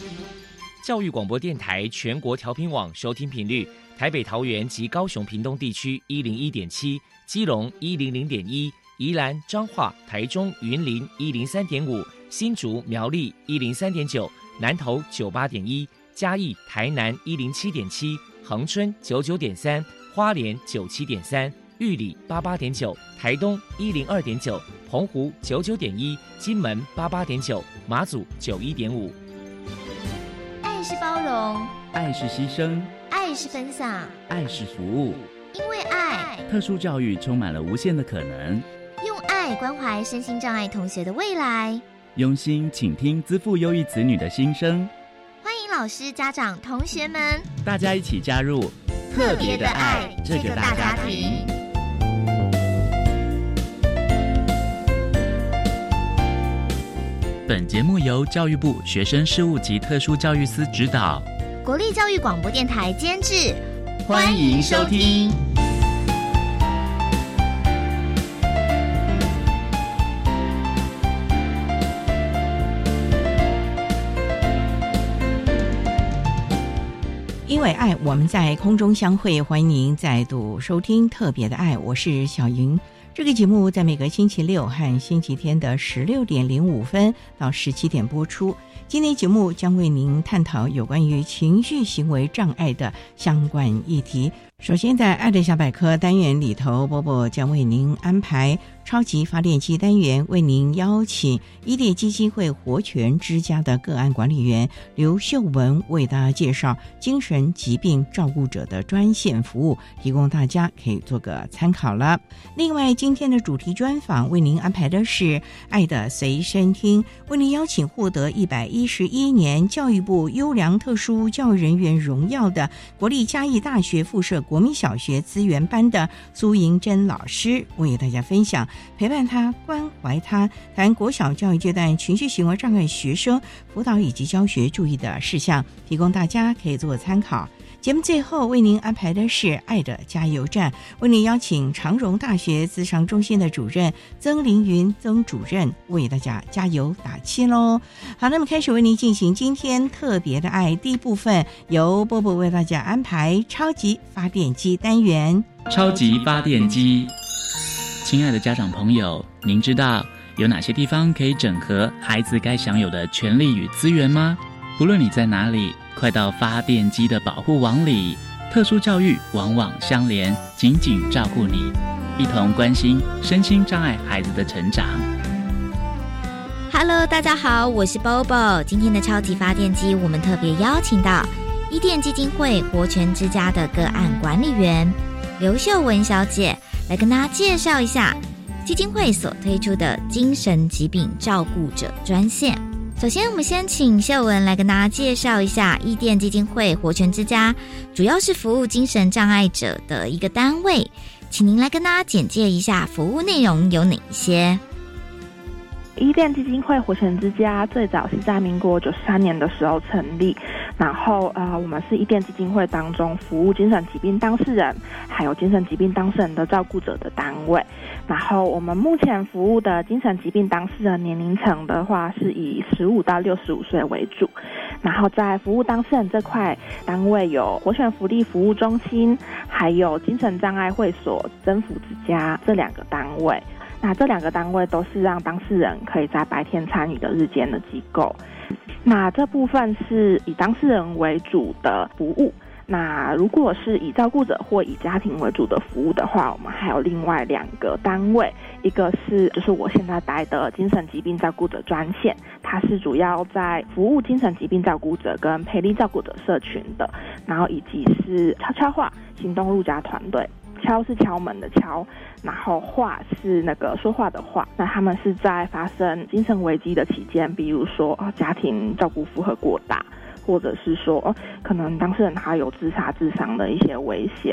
教育广播电台全国调频网收听频率：台北、桃园及高雄屏东地区101.7，基隆100.1，宜兰、彰化、台中、云林103.5，新竹、苗栗103.9，南投98.1，嘉义、台南107.7，恒春99.3，花莲97.3，玉里88.9，台东102.9，澎湖99.1，金门88.9，马祖91.5。 爱是包容， 爱是牺牲， 爱是分享， 爱是服务。 因为爱， 特殊教育充满了无限的可能。 用爱关怀身心障碍同学的未来， 用心倾听资赋优异子女的心声。 欢迎老师、家长、同学们， 大家一起加入特别的爱这个大家庭。本节目由教育部学生事务及特殊教育司指导， 国立教育广播电台监制， 欢迎收听。 因为爱，我们在空中相会，欢迎您再度收听特别的爱，我是小云。这个节目在每个星期六和星期天的16点05分到17点播出。今天节目将为您探讨有关于情绪行为障碍的相关议题。首先在爱的小百科单元里头，波波将为您安排超级发电机单元，为您邀请伊甸基金会活泉之家的个案管理员刘秀文为大家介绍精神疾病照顾者的专线服务，提供大家可以做个参考了。另外今天的主题专访为您安排的是爱的随身听，为您邀请获得111年教育部优良特殊教育人员荣耀的国立嘉义大学附设国民小学资源班的苏银珍老师，为大家分享陪伴他、关怀他，谈国小教育阶段情绪行为障碍学生辅导以及教学注意的事项，提供大家可以做参考。节目最后为您安排的是爱的加油站，为您邀请长荣大学咨商中心的主任曾凌云曾主任为大家加油打气咯。好，那么开始为您进行今天特别的爱第一部分，由波波为大家安排超级发电机单元。 超级发电机，亲爱的家长朋友，您知道有哪些地方可以整合孩子该享有的权利与资源吗？不论你在哪里，快到发电机的保护网里，特殊教育网网相连，紧紧照顾你，一同关心身心障碍孩子的成长。 Hello， 大家好，我是 Bobo。今天的超级发电机，我们特别邀请到伊甸基金会活泉之家的个案管理员刘秀文小姐，来跟大家介绍一下基金会所推出的精神疾病照顾者专线。首先我们先请秀文来跟大家介绍一下伊甸基金会活泉之家主要是服务精神障碍者的一个单位，请您来跟大家简介一下服务内容有哪一些。 伊甸基金会活泉之家最早是在民国93年的时候成立，然后我们是伊甸基金会当中服务精神疾病当事人还有精神疾病当事人的照顾者的单位。然后我们目前服务的精神疾病当事人年龄层的话是以15到65岁为主，然后在服务当事人这块单位有活泉福利服务中心还有精神障碍会所真福之家这两个单位。那这两个单位都是让当事人可以在白天参与的日间的机构。那这部分是以当事人为主的服务，那如果是以照顾者或以家庭为主的服务的话，我们还有另外两个单位，一个是就是我现在待的精神疾病照顾者专线，它是主要在服务精神疾病照顾者跟培力照顾者社群的，然后以及是悄悄话行动入家团队，敲是敲门的敲，然后话是那个说话的话。那他们是在发生精神危机的期间，比如说家庭照顾负荷过大，或者是说可能当事人他有自杀自伤的一些危险，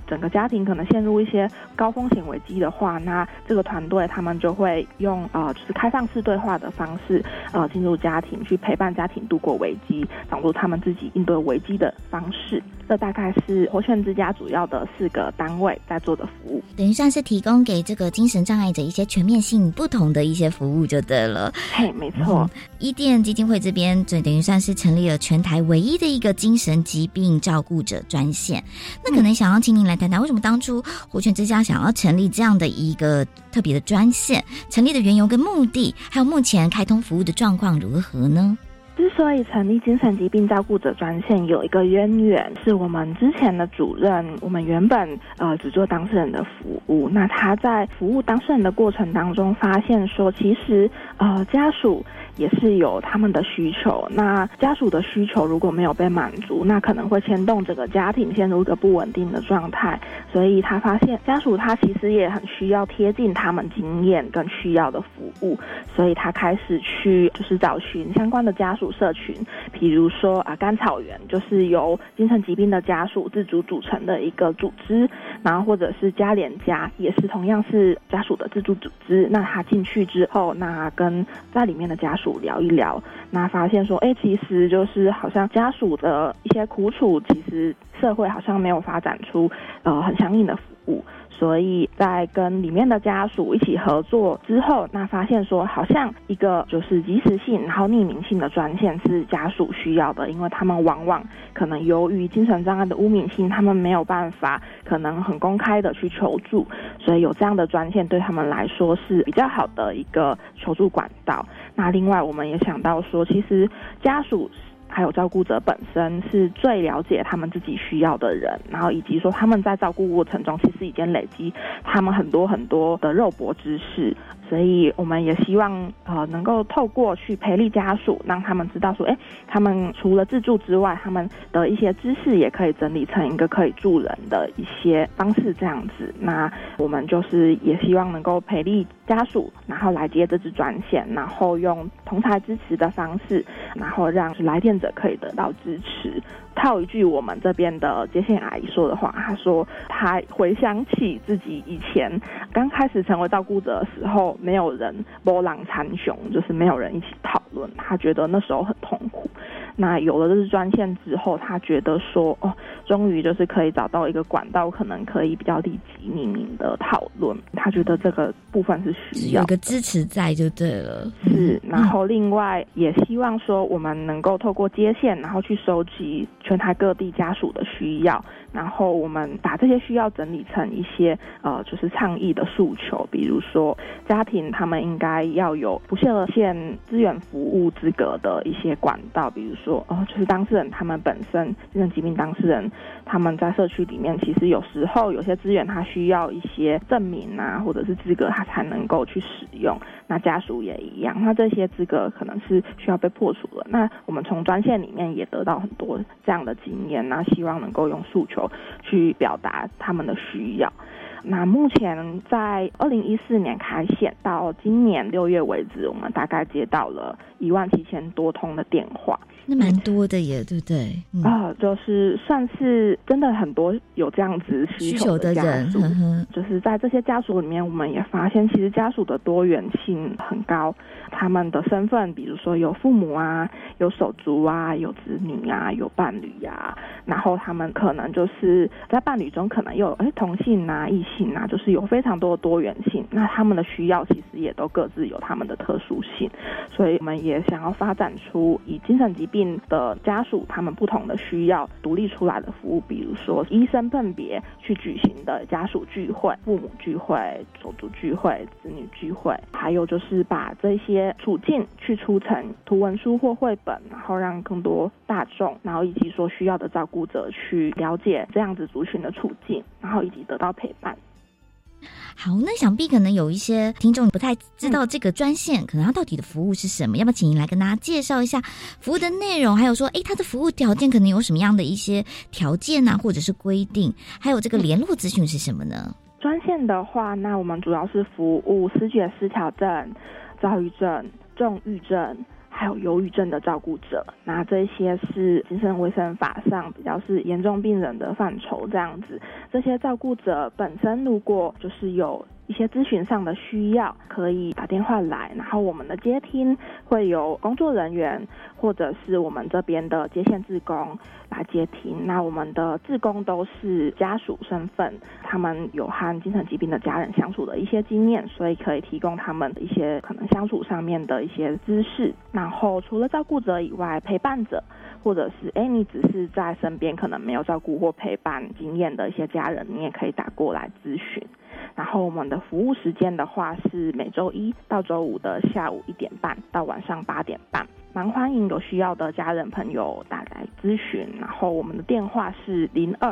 整个家庭可能陷入一些高风险危机的话，那这个团队他们就会用就是开放式对话的方式进入家庭，去陪伴家庭度过危机，找出他们自己应对危机的方式。这大概是活泉之家主要的4个单位在做的服务， 等于算是提供给这个精神障碍者一些全面性不同的一些服务就对了。 嘿，没错。 伊甸基金会这边就等于算是成立了全台唯一的一个精神疾病照顾者专线。那可能想要请您来谈谈，为什么当初活泉之家想要成立这样的一个特别的专线，成立的缘由跟目的，还有目前开通服务的状况如何呢？ 之所以成立精神疾病照顾者专线，有一个渊源，是我们之前的主任，我们原本只做当事人的服务，那他在服务当事人的过程当中，发现说，其实家属也是有他们的需求，那家属的需求如果没有被满足，那可能会牵动整个家庭陷入一个不稳定的状态，所以他发现家属他其实也很需要贴近他们经验跟需要的服务，所以他开始去就是找寻相关的家属社群，比如说甘草园就是由精神疾病的家属自主组成的一个组织，然后或者是家联家也是同样是家属的自主组织，那他进去之后，那跟在里面的家属聊一聊，那发现说其实就是好像家属的一些苦楚，其实社会好像没有发展出很相应的服务，所以在跟里面的家属一起合作之后，那发现说好像一个就是即时性然后匿名性的专线是家属需要的，因为他们往往可能由于精神障碍的污名性，他们没有办法可能很公开的去求助，所以有这样的专线对他们来说是比较好的一个求助管道。那另外我们也想到说，其实家属还有照顾者本身是最了解他们自己需要的人，然后以及说他们在照顾过程中其实已经累积他们很多很多的肉搏知识，所以我们也希望能够透过去培力家属，让他们知道说他们除了自助之外，他们的一些知识也可以整理成一个可以助人的一些方式这样子。那我们就是也希望能够培力家属，然后来接这支专线，然后用同侪支持的方式，然后让来电者可以得到支持。套一句我们这边的接线阿姨说的话，她说她回想起自己以前刚开始成为照顾者的时候，没有人波浪参雄，就是没有人一起讨论，她觉得那时候很痛苦。那有了这支专线之后，她觉得说终于就是可以找到一个管道，可能可以比较立即匿名的讨论，她觉得这个部分是需要的， 有个支持在就对了。 是，然后另外也希望说我们能够透过接线，然后去收集全台各地家属的需要，然后我们把这些需要整理成一些就是倡议的诉求，比如说家庭他们应该要有不设限资源服务资格的一些管道，比如说就是当事人他们本身精神疾病当事人，他们在社区里面其实有时候有些资源他需要一些证明啊或者是资格他才能够去使用，那家属也一样，那这些资格可能是需要被破除的。那我们从专线里面也得到很多这样的经验，那希望能够用诉求去表达他们的需要。那目前在2014年开线到今年6月为止，我们大概接到了17000多通的电话， 那蛮多的耶，对不对？ 就是算是真的很多有这样子需求的家属，就是在这些家属里面，我们也发现其实家属的多元性很高，他们的身份比如说有父母啊，有手足啊，有子女啊，有伴侣啊，然后他们可能就是在伴侣中可能有同性啊异性啊，就是有非常多的多元性，那他们的需要其实也都各自有他们的特殊性，所以我们也想要发展出以精神疾病的家属他们不同的需要独立出来的服务，比如说依身份别去举行的家属聚会、父母聚会、手足聚会、子女聚会，还有就是把这些处境去出成图文书或绘本，然后让更多大众，然后以及说需要的照顾者去了解这样子族群的处境，然后以及得到陪伴。 好，那想必可能有一些听众不太知道这个专线可能它到底的服务是什么，要不要请您来跟大家介绍一下服务的内容，还有说它的服务条件可能有什么样的一些条件啊，或者是规定，还有这个联络资讯是什么呢？ 专线的话，那我们主要是服务思觉失调症、躁郁症、重郁症， 还有忧郁症的照顾者。那这些是精神卫生法上比较是严重病人的范畴这样子。这些照顾者本身如果就是有一些咨询上的需要，可以打电话来，然后我们的接听会有工作人员或者是我们这边的接线志工来接听。那我们的志工都是家属身份，他们有和精神疾病的家人相处的一些经验，所以可以提供他们一些可能相处上面的一些知识。然后除了照顾者以外，陪伴者或者是你只是在身边可能没有照顾或陪伴经验的一些家人，你也可以打过来咨询。然后我们的服务时间的话是每周一到周五的下午1点半到晚上8点半，蛮欢迎有需要的家人朋友打来咨询。然后我们的电话是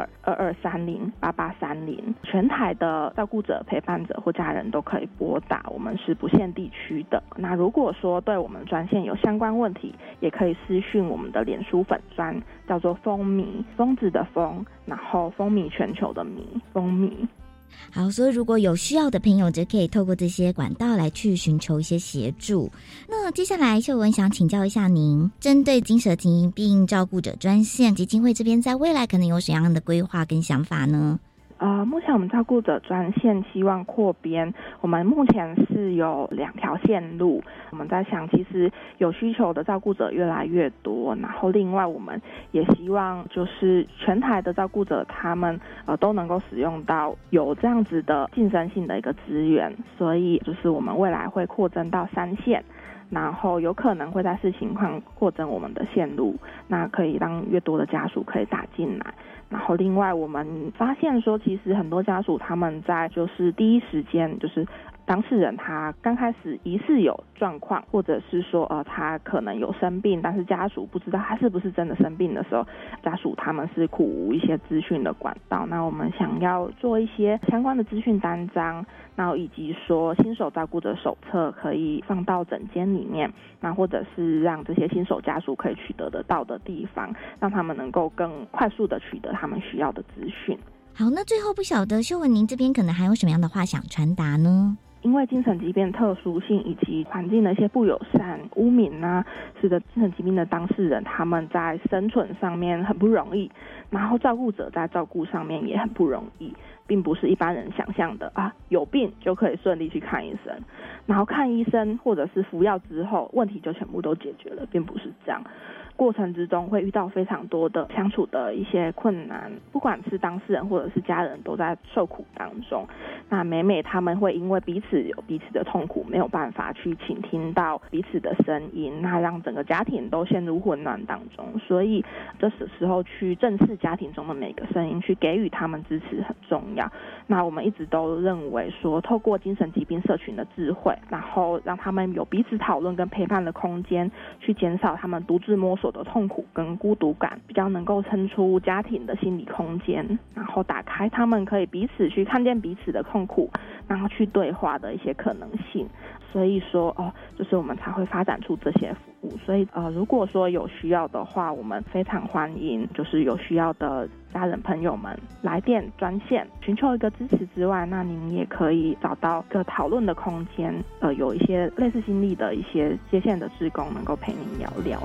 02-2230-8830，全台的照顾者、陪伴者或家人都可以拨打，我们是不限地区的。那如果说对我们专线有相关问题，也可以私讯我们的脸书粉专，叫做风靡，疯子的疯，然后风靡全球的靡，风靡。 好，所以如果有需要的朋友就可以透过这些管道来去寻求一些协助。那接下来秀文想请教一下您，针对精神疾病照顾者专线基金会这边在未来可能有什么样的规划跟想法呢？ 目前我们照顾者专线希望扩编，我们目前是有2条线路。我们在想，其实有需求的照顾者越来越多，然后另外我们也希望就是全台的照顾者他们都能够使用到有这样子的竞争性的一个资源，所以就是我们未来会扩增到3线。然后有可能会在视情况扩增我们的线路，那可以让越多的家属可以打进来。然后另外我们发现说，其实很多家属他们在就是第一时间就是当事人他刚开始疑似有状况，或者是说他可能有生病，但是家属不知道他是不是真的生病的时候，家属他们是苦无一些资讯的管道。那我们想要做一些相关的资讯单张，然后以及说新手照顾者手册可以放到诊间里面，那或者是让这些新手家属可以取得得到的地方，让他们能够更快速的取得他们需要的资讯。 好，那最后不晓得秀文您这边可能还有什么样的话想传达呢？ 因为精神疾病特殊性以及环境的一些不友善、污名啊，使得精神疾病的当事人他们在生存上面很不容易，然后照顾者在照顾上面也很不容易，并不是一般人想象的有病就可以顺利去看医生，然后看医生或者是服药之后问题就全部都解决了，并不是这样。过程之中会遇到非常多的相处的一些困难，不管是当事人或者是家人都在受苦当中。那每每他们会因为彼此有彼此的痛苦，没有办法去倾听到彼此的声音，那让整个家庭都陷入混乱当中。所以这时候去正视家庭中的每个声音，去给予他们支持很重要。那我们一直都认为说，透过精神疾病社群的智慧，然后让他们有彼此讨论跟陪伴的空间，去减少他们独自摸索的痛苦跟孤独感，比较能够撑出家庭的心理空间，然后打开他们可以彼此去看见彼此的痛苦，然后去对话的一些可能性。所以说就是我们才会发展出这些服务。所以如果说有需要的话，我们非常欢迎就是有需要的家人朋友们来电专线寻求一个支持之外，那您也可以找到一个讨论的空间，有一些类似心理的一些接线的志工能够陪您聊聊。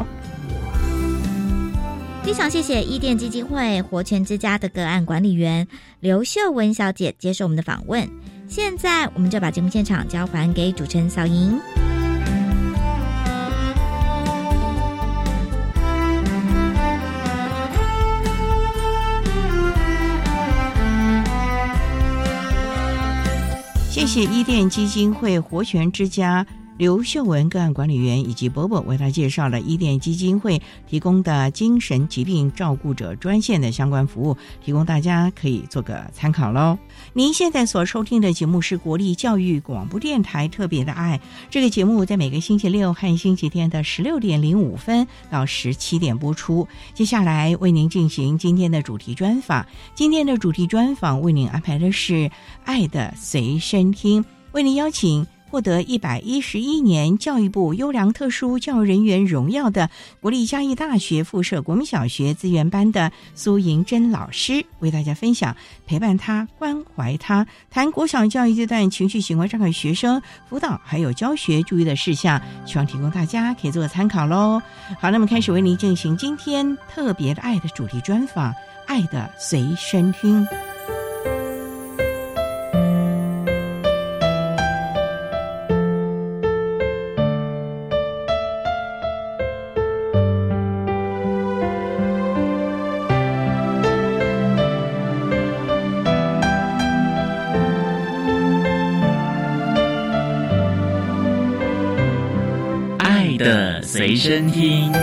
非常谢谢伊甸基金会活泉之家的个案管理员刘秀文小姐接受我们的访问。现在我们就把节目现场交还给主持人小莹。 谢谢伊甸基金会活泉之家刘秀文个案管理员以及伯伯为他介绍了伊甸基金会提供的精神疾病照顾者专线的相关服务，提供大家可以做个参考咯。您现在所收听的节目是国立教育广播电台特别的爱，这个节目在每个星期六和星期天的16点05分到17点播出。接下来为您进行今天的主题专访，今天的主题专访为您安排的是爱的随身听，为您邀请获得111年教育部优良特殊教育人员荣耀的国立嘉义大学附设国民小学资源班的苏莹珍老师，为大家分享陪伴他、关怀他，谈国小教育阶段情绪行为障碍学生辅导还有教学注意的事项，希望提供大家可以做参考咯。好，那么开始为您进行今天特别的爱的主题专访，爱的随身听。 的随身听。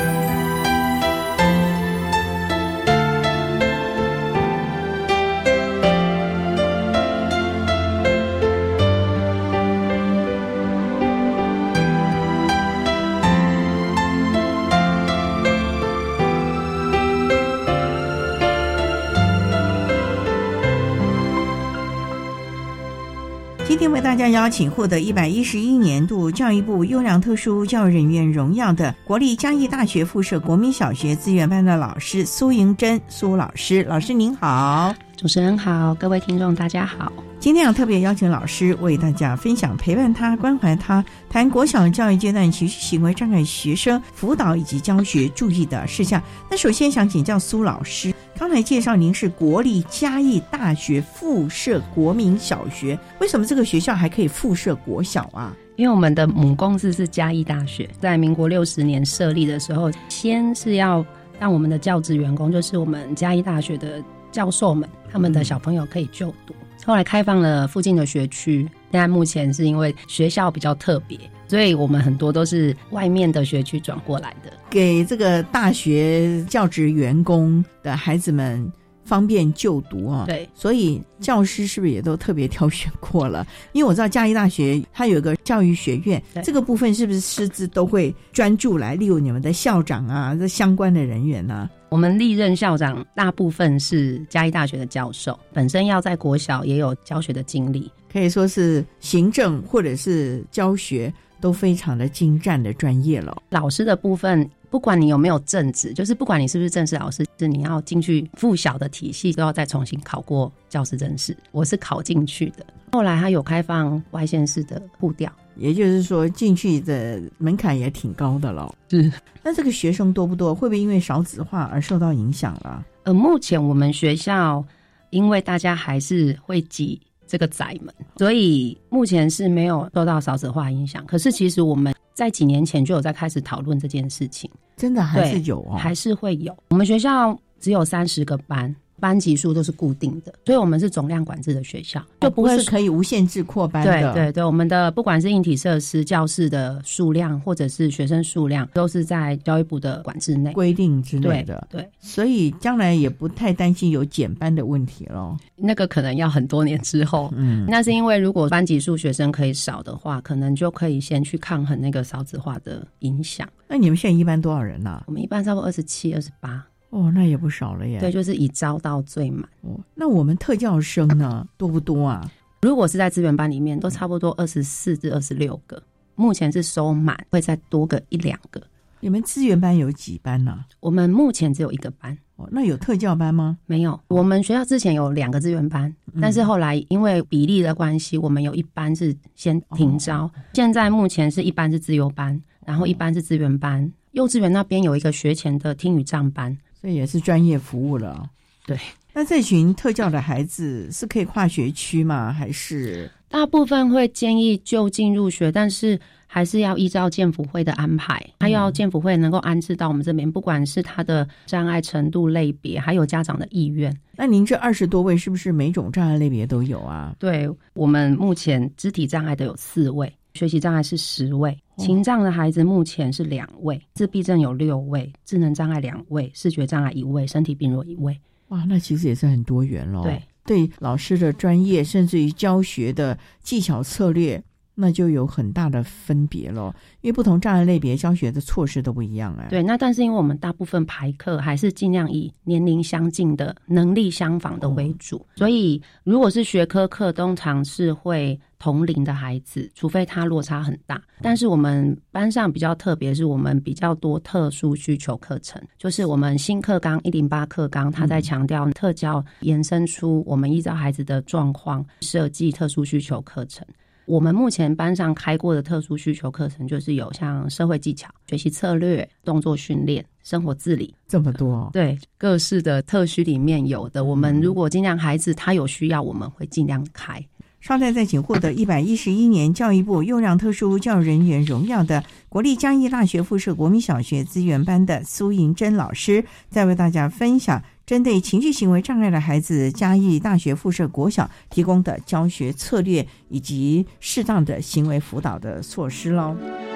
今天为大家邀请获得111年度教育部优良特殊教育人员荣耀的国立嘉义大学附设国民小学资源班的老师苏莹珍苏老师。老师您好。 主持人好，各位听众大家好。 今天要特别邀请老师为大家分享陪伴他、关怀他，谈国小教育阶段情绪行为障碍学生辅导以及教学注意的事项。那首先想请教苏老师，刚才介绍您是国立嘉义大学附设国民小学，为什么这个学校还可以附设国小啊？ 因为我们的母公司是嘉义大学，在民国60年设立的时候，先是要让我们的教职员工，就是我们嘉义大学的教授们，他们的小朋友可以就读。后来开放了附近的学区，现在目前是因为学校比较特别，所以我们很多都是外面的学区转过来的， 给这个大学教职员工的孩子们方便就读啊。 对， 所以教师是不是也都特别挑选过了？因为我知道嘉义大学它有个教育学院，这个部分是不是师资都会专注来，例如你们的校长啊，这相关的人员啊？ 我们历任校长大部分是嘉义大学的教授，本身要在国小也有教学的经历， 可以说是行政或者是教学都非常的精湛的专业了。 老师的部分，不管你有没有正职，就是不管你是不是正式老师，是你要进去附小的体系，都要再重新考过教师正式。我是考进去的，后来他有开放外县市的户调， 也就是说进去的门槛也挺高的了。 是。 那这个学生多不多？会不会因为少子化而受到影响了？ 目前我们学校因为大家还是会挤这个窄门，所以目前是没有受到少子化影响。可是其实我们在几年前就有在开始讨论这件事情。 真的还是有哦？ 还是会有。我们学校只有30个班，班级数都是固定的，所以我们是总量管制的学校，就不会是可以无限制扩班的。 对对对，我们的不管是硬体设施、教室的数量，或者是学生数量，都是在教育部的管制内、 规定之内的。 对， 所以将来也不太担心有减班的问题咯。 那个可能要很多年之后。那是因为如果班级数学生可以少的话，可能就可以先去抗衡那个少子化的影响。 那你们现在一般多少人啊？ 我们一般差不多27、28。 哦，那也不少了耶。 对，就是以招到最满。 哦，那我们特教生呢，多不多啊？ 如果是在资源班里面，都差不多24至26个，目前是收满，会再多个1-2个。 你们资源班有几班呢？ 我们目前只有1个班。 哦，那有特教班吗？ 没有，我们学校之前有2个资源班，但是后来因为比例的关系，我们有1班是先停招。现在目前是1班是资优班，然后1班是资源班。幼稚园那边有一个学前的听语障班， 所以也是专业服务了。 对， 那这群特教的孩子是可以跨学区吗？还是大部分会建议就近入学，但是还是要依照健辅会的安排，他要健辅会能够安置到我们这边，不管是他的障碍程度类别，还有家长的意愿。 那您这20多位是不是每种障碍类别都有啊？ 对，我们目前肢体障碍的有4位，学习障碍是10位，情障的孩子目前是2位，自闭症有6位，智能障碍2位，视觉障碍1位，身体病弱1位。 哇，那其实也是很多元咯。 对， 对老师的专业甚至于教学的技巧策略， 那就有很大的分别咯，因为不同障碍类别教学的措施都不一样啊。 对，那但是因为我们大部分排课还是尽量以年龄相近的、能力相仿的为主，所以如果是学科课，通常是会同龄的孩子，除非他落差很大。但是我们班上比较特别，是我们比较多特殊需求课程，就是我们新课纲108课纲，它在强调特教延伸出我们依照孩子的状况设计特殊需求课程。我们目前班上开过的特殊需求课程，就是有像社会技巧、学习策略、动作训练、生活自理， 这么多哦。 对，各式的特需里面有的，我们如果尽量孩子他有需要，我们会尽量开。 稍待再请获得111年教育部优良特殊教育人员荣耀的国立嘉义大学附设国民小学资源班的苏银珍老师，再为大家分享针对情绪行为障碍的孩子，嘉义大学附设国小提供的教学策略以及适当的行为辅导的措施咯。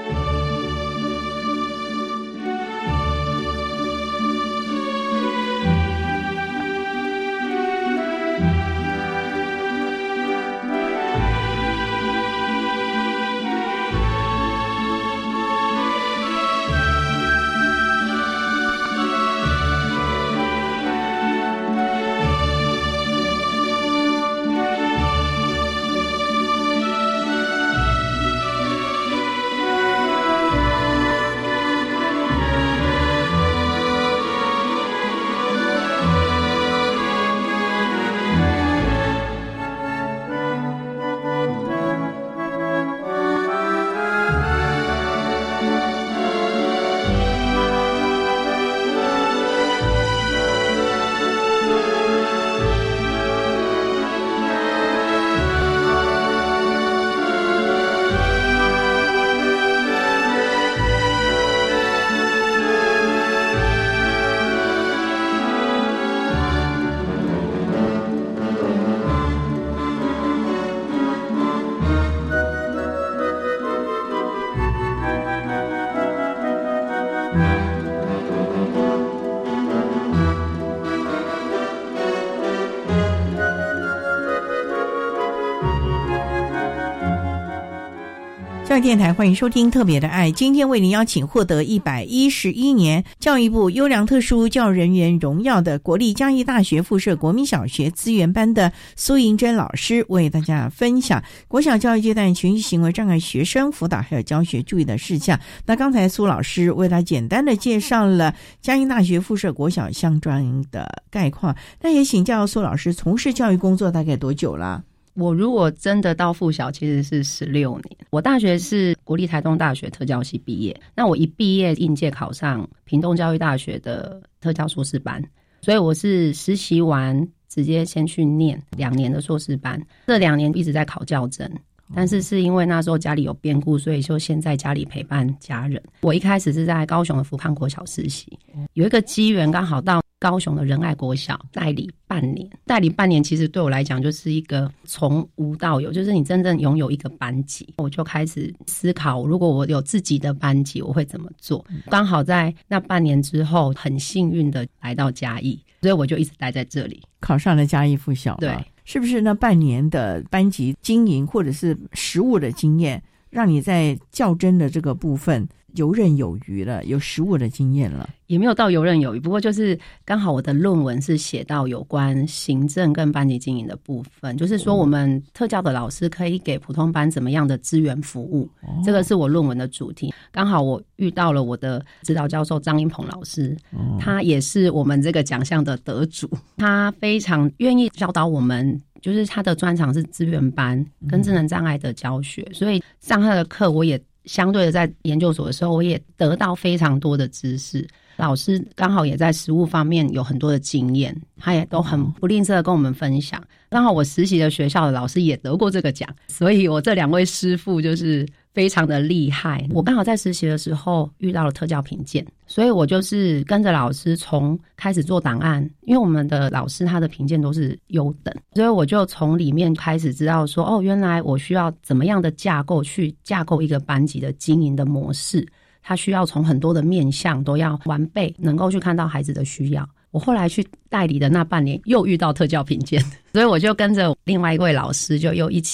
教育电台欢迎收听特别的爱，今天为您邀请获得111年教育部优良特殊教育人员荣耀的国立嘉义大学附设国民小学资源班的苏银珍老师，为大家分享国小教育阶段情绪行为障碍学生辅导还有教学注意的事项。那刚才苏老师为他简单的介绍了嘉义大学附设国小相关的概况，那也请教苏老师从事教育工作大概多久了？ 我如果真的到附小其实是16年，我大学是国立台东大学特教系毕业，那我一毕业应届考上屏东教育大学的特教硕士班，所以我是实习完直接先去念2年的硕士班，这2年一直在考教证，但是是因为那时候家里有变故，所以就先在家里陪伴家人。我一开始是在高雄的福康国小实习，有一个机缘刚好到高雄的仁爱国小代理半年，其实对我来讲就是一个从无到有，就是你真正拥有一个班级。我就开始思考，如果我有自己的班级我会怎么做。刚好在那半年之后很幸运的来到嘉义，所以我就一直待在这里， 考上了嘉义附小。 对， 是不是那半年的班级经营或者是实务的经验，让你在较真的这个部分游刃有余了，有实务的经验了？ 也没有到游刃有余，不过就是刚好我的论文是写到有关行政跟班级经营的部分，就是说我们特教的老师可以给普通班怎么样的资源服务，这个是我论文的主题。刚好我遇到了我的指导教授张英鹏老师，他也是我们这个奖项的得主，他非常愿意教导我们，就是他的专长是资源班跟智能障碍的教学，所以上他的课我也相对的在研究所的时候我也得到非常多的知识，老师刚好也在实务方面有很多的经验，他也都很不吝啬的跟我们分享。刚好我实习的学校的老师也得过这个奖，所以我这2位师傅就是非常的厉害。我刚好在实习的时候遇到了特教评鉴，所以我就是跟着老师从开始做档案，因为我们的老师他的评鉴都是优等，所以我就从里面开始知道说，原来我需要怎么样的架构去架构一个班级的经营的模式，他需要从很多的面向都要完备，能够去看到孩子的需要。我后来去代理的那半年又遇到特教评鉴，所以我就跟着另外一位老师就又一起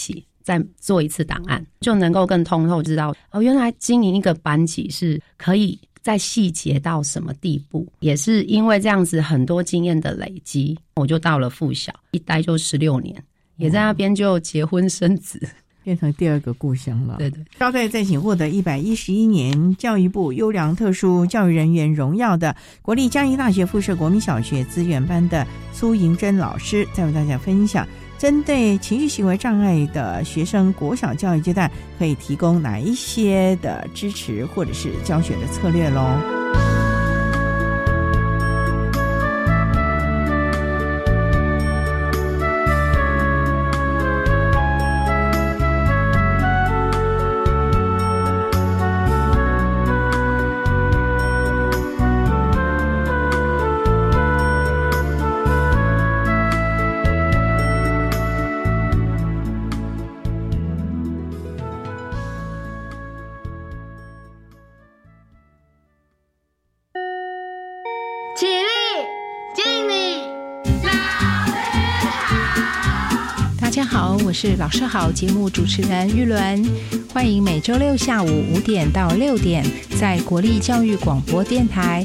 再做一次档案，就能够更通透知道原来经营一个班级是可以在细节到什么地步。也是因为这样子很多经验的累积，我就到了附小，一待就16年，也在那边就结婚生子， 变成第二个故乡了。 对对。 招待再请获得111年教育部优良特殊教育人员荣耀的国立嘉义大学附设国民小学资源班的苏银珍老师，再为大家分享针对情绪行为障碍的学生国小教育阶段可以提供哪一些的支持或者是教学的策略咯。 我是老师好节目主持人玉伦，欢迎每周六下午5点到6点在国立教育广播电台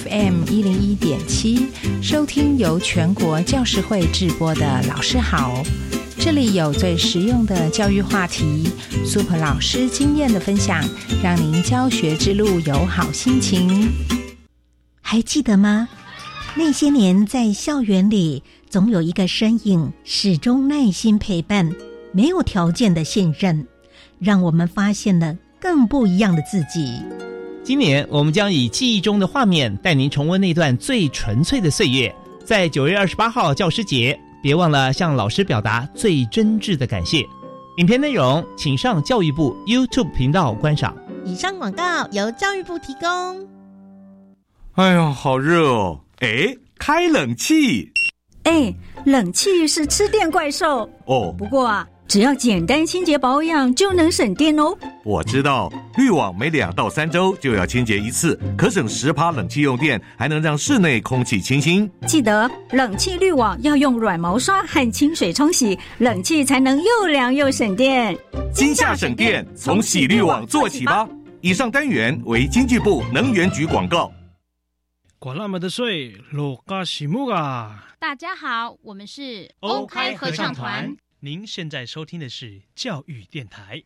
FM101.7 收听由全国教师会制播的老师好，这里有最实用的教育话题， Super 老师经验的分享，让您教学之路有好心情。 还记得吗？那些年在校园里总有一个身影始终耐心陪伴，没有条件的信任，让我们发现了更不一样的自己。 今年我们将以记忆中的画面带您重温那段最纯粹的岁月。在9月28号教师节，别忘了向老师表达最真挚的感谢。影片内容请上教育部 YouTube 频道观赏。 以上广告由教育部提供。 哎呦，好热哦！哎，开冷气。 哎，冷气是吃电怪兽哦。 不过啊，只要简单清洁保养就能省电哦。 我知道，滤网每2到3周就要清洁一次，可省10%冷气用电，还能让室内空气清新。 记得冷气滤网要用软毛刷和清水冲洗，冷气才能又凉又省电。 今夏省电，从洗滤网做起吧。以上单元为经济部能源局广告。 管那么的水，落嘎西木啊！ 大家好，我们是欧开合唱团。您现在收听的是教育电台。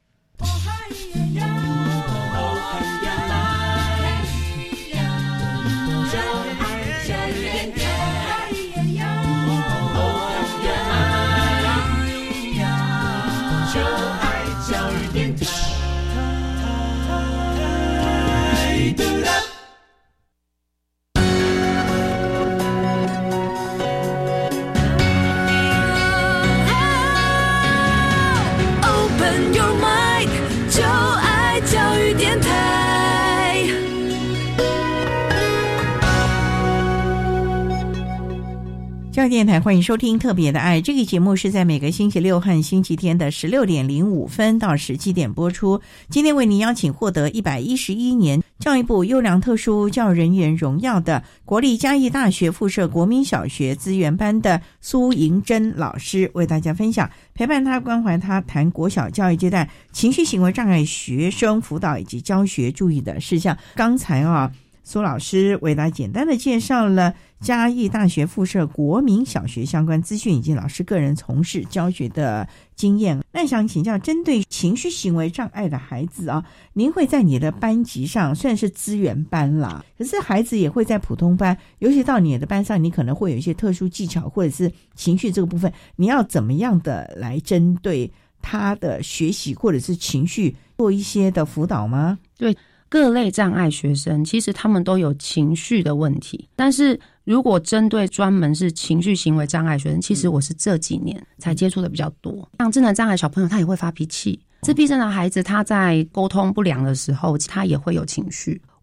教育电台欢迎收听特别的爱，这个节目是在每个星期六和星期天的16点05分到17点播出。今天为您邀请获得111年教育部优良特殊教育人员荣耀的国立嘉义大学附设国民小学资源班的苏银珍老师，为大家分享陪伴他关怀他谈国小教育阶段情绪行为障碍学生辅导以及教学注意的事项。刚才苏老师为大家简单的介绍了嘉义大学附设国民小学相关资讯以及老师个人从事教学的经验。那想请教，针对情绪行为障碍的孩子您会在你的班级上，虽然是资源班啦，可是孩子也会在普通班，尤其到你的班上，你可能会有一些特殊技巧或者是情绪这个部分，你要怎么样的来针对他的学习或者是情绪做一些的辅导吗？ 对，各类障碍学生其实他们都有情绪的问题，但是如果针对专门是情绪行为障碍学生，其实我是这几年才接触的比较多。像智能障碍小朋友他也会发脾气，自闭症的孩子他在沟通不良的时候他也会有情绪，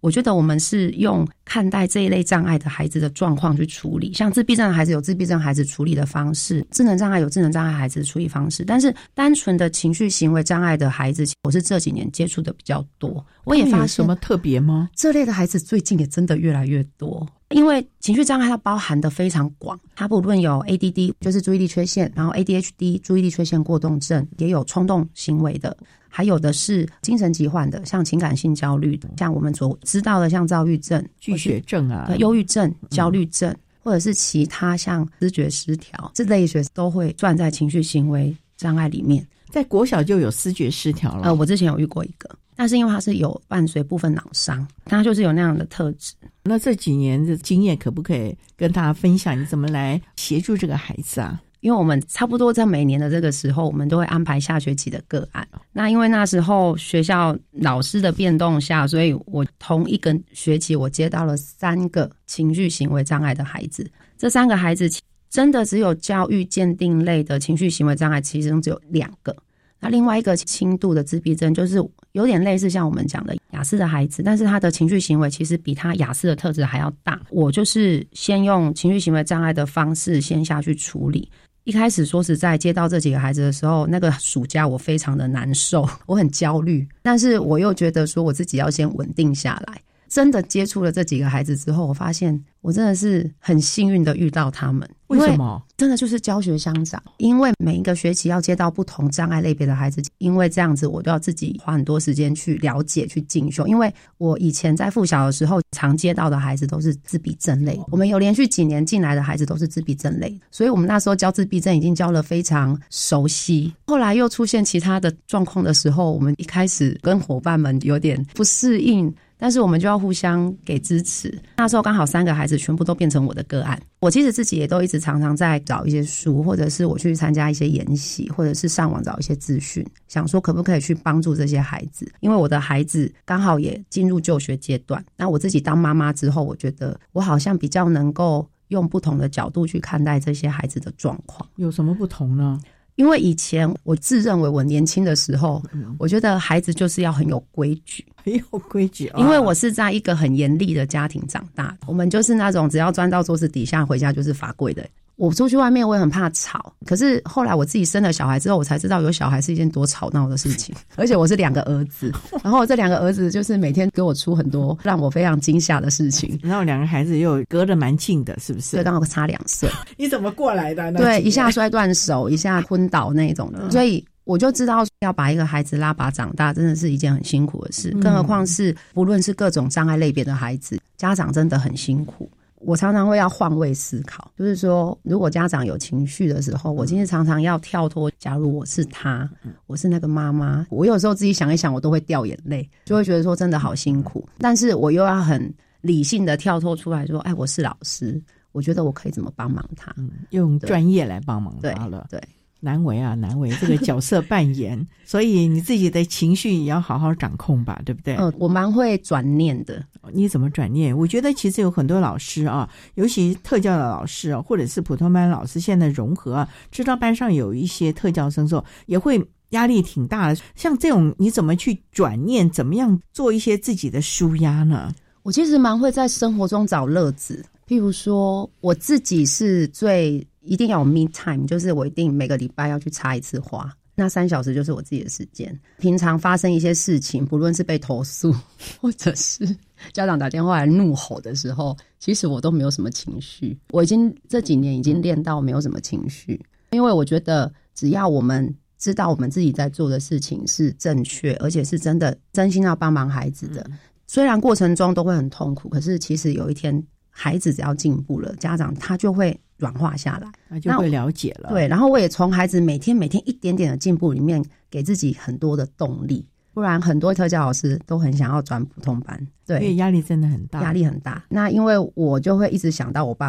我觉得我们是用看待这一类障碍的孩子的状况去处理，像自闭症的孩子有自闭症孩子处理的方式，智能障碍有智能障碍孩子的处理方式，但是单纯的情绪行为障碍的孩子，我是这几年接触的比较多。我也发现有什么特别吗？ 这类的孩子最近也真的越来越多。因为情绪障碍它包含的非常广，它不论有 ADD 就是注意力缺陷，然后 ADHD 注意力缺陷过动症，也有冲动行为的，还有的是精神疾患的，像情感性焦虑的，像我们所知道的像躁郁症、 拒绝症啊、 忧郁症、焦虑症，或者是其他像思觉失调，这类学都会算在情绪行为障碍里面。 在国小就有思觉失调了？ 我之前有遇过一个，但是因为他是有伴随部分脑伤，他就是有那样的特质。 那这几年的经验可不可以跟大家分享，你怎么来协助这个孩子啊？ 因为我们差不多在每年的这个时候，我们都会安排下学期的个案。那因为那时候学校老师的变动下，所以我同一个学期我接到了3个情绪行为障碍的孩子。这3个孩子真的只有教育鉴定类的情绪行为障碍，其中只有2个。那另外一个轻度的自闭症，就是有点类似像我们讲的亚斯的孩子，但是他的情绪行为其实比他亚斯的特质还要大。我就是先用情绪行为障碍的方式先下去处理。一开始说实在接到这几个孩子的时候，那个暑假我非常的难受，我很焦虑，但是我又觉得说我自己要先稳定下来。真的接触了这几个孩子之后，我发现我真的是很幸运的遇到他们。 为什么？ 真的就是教学相长，因为每一个学期要接到不同障碍类别的孩子，因为这样子我都要自己花很多时间去了解去进修。因为我以前在附小的时候常接到的孩子都是自闭症类，我们有连续几年进来的孩子都是自闭症类，所以我们那时候教自闭症已经教了非常熟悉。后来又出现其他的状况的时候，我们一开始跟伙伴们有点不适应，但是我们就要互相给支持。那时候刚好3个孩子全部都变成我的个案，我其实自己也都一直常常在找一些书，或者是我去参加一些研习，或者是上网找一些资讯，想说可不可以去帮助这些孩子。因为我的孩子刚好也进入就学阶段，那我自己当妈妈之后，我觉得我好像比较能够用不同的角度去看待这些孩子的状况。 有什么不同呢？ 因为以前我自认为我年轻的时候，我觉得孩子就是要很有规矩， 很有规矩因为我是在一个很严厉的家庭长大的，我们就是那种只要钻到桌子底下回家就是罚跪的。我出去外面我也很怕吵，可是后来我自己生了小孩之后，我才知道有小孩是一件多吵闹的事情。而且我是2个儿子，然后这2个儿子就是每天给我出很多让我非常惊吓的事情。 然后2个孩子又隔得蛮近的，是不是？ 对，刚好差2岁。 你怎么过来的？ 对，一下摔断手，一下昏倒那种的，所以我就知道要把一个孩子拉拔长大真的是一件很辛苦的事，更何况是不论是各种障碍类别的孩子，家长真的很辛苦。我常常会要换位思考，就是说如果家长有情绪的时候，我其实常常要跳脱，假如我是他，我是那个妈妈，我有时候自己想一想我都会掉眼泪，就会觉得说真的好辛苦，但是我又要很理性的跳脱出来说，我是老师，我觉得我可以怎么帮忙他， 用专业来帮忙他了。对，难为啊，难为这个角色扮演所以你自己的情绪也要好好掌控吧，对不对？ 我蛮会转念的。 你怎么转念？我觉得其实有很多老师啊，尤其特教的老师啊，或者是普通班老师，现在融合啊，知道班上有一些特教生之后，也会压力挺大的。像这种你怎么去转念，怎么样做一些自己的抒压呢？ 我其实蛮会在生活中找乐子，譬如说我自己是一定要有 me time， 就是我一定每个礼拜要去插一次花，那3小时就是我自己的时间。平常发生一些事情，不论是被投诉或者是家长打电话来怒吼的时候，其实我都没有什么情绪。我这几年已经练到没有什么情绪，因为我觉得只要我们知道我们自己在做的事情是正确，而且是真的真心要帮忙孩子的，虽然过程中都会很痛苦，可是其实有一天孩子只要进步了，家长他就会软化下来， 他就会了解了。 对，然后我也从孩子每天一点点的进步里面给自己很多的动力，不然很多特教老师都很想要转普通班，对， 因为压力真的很大， 压力很大。那因为我就会一直想到我爸爸